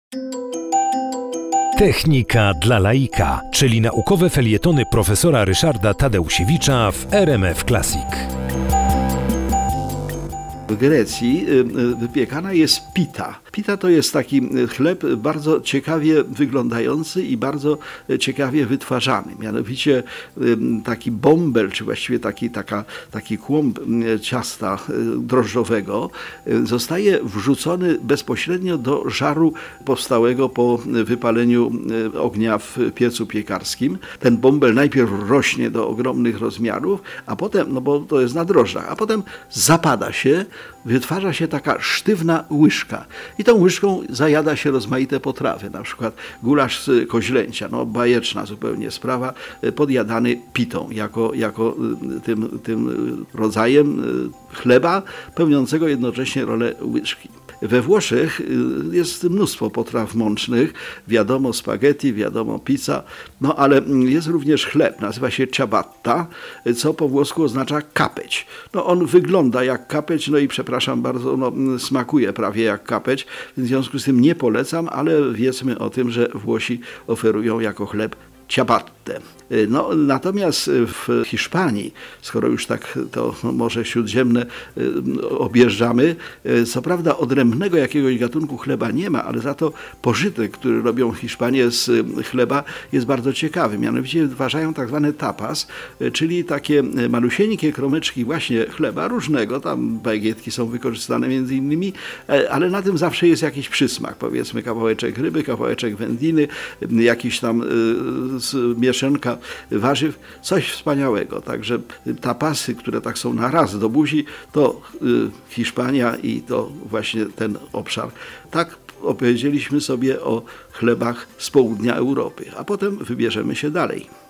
Technika dla laika, czyli naukowe felietony profesora Ryszarda Tadeusiewicza w RMF Classic. W Grecji wypiekana jest pita. Pita to jest taki chleb bardzo ciekawie wyglądający i bardzo ciekawie wytwarzany. Mianowicie taki bąbel, czy właściwie taki kłąb ciasta drożdżowego zostaje wrzucony bezpośrednio do żaru powstałego po wypaleniu ognia w piecu piekarskim. Ten bąbel najpierw rośnie do ogromnych rozmiarów, a potem, no bo to jest na drożdżach, a potem zapada się, wytwarza się taka sztywna łyżka i tą łyżką zajada się rozmaite potrawy, na przykład gulasz z koźlęcia, no bajeczna zupełnie sprawa, podjadany pitą, jako tym rodzajem chleba, pełniącego jednocześnie rolę łyżki. We Włoszech jest mnóstwo potraw mącznych, wiadomo spaghetti, wiadomo pizza, no ale jest również chleb, nazywa się ciabatta, co po włosku oznacza kapeć. No on wygląda jak kapeć, no i przepraszam bardzo, no, smakuje prawie jak kapeć, w związku z tym nie polecam, ale wiedzmy o tym, że Włosi oferują jako chleb ciabattę. No, natomiast w Hiszpanii, skoro już tak to Morze Śródziemne objeżdżamy, co prawda odrębnego jakiegoś gatunku chleba nie ma, ale za to pożytek, który robią Hiszpanie z chleba, jest bardzo ciekawy. Mianowicie wytwarzają tak zwane tapas, czyli takie malusieńkie kromyczki właśnie chleba różnego, tam bagietki są wykorzystane między innymi, ale na tym zawsze jest jakiś przysmak, powiedzmy kawałeczek ryby, kawałeczek wędliny, jakiś tam mieszanka warzyw, coś wspaniałego. Także tapasy, które tak są na raz do buzi, to Hiszpania i to właśnie ten obszar. Tak opowiedzieliśmy sobie o chlebach z południa Europy, a potem wybierzemy się dalej.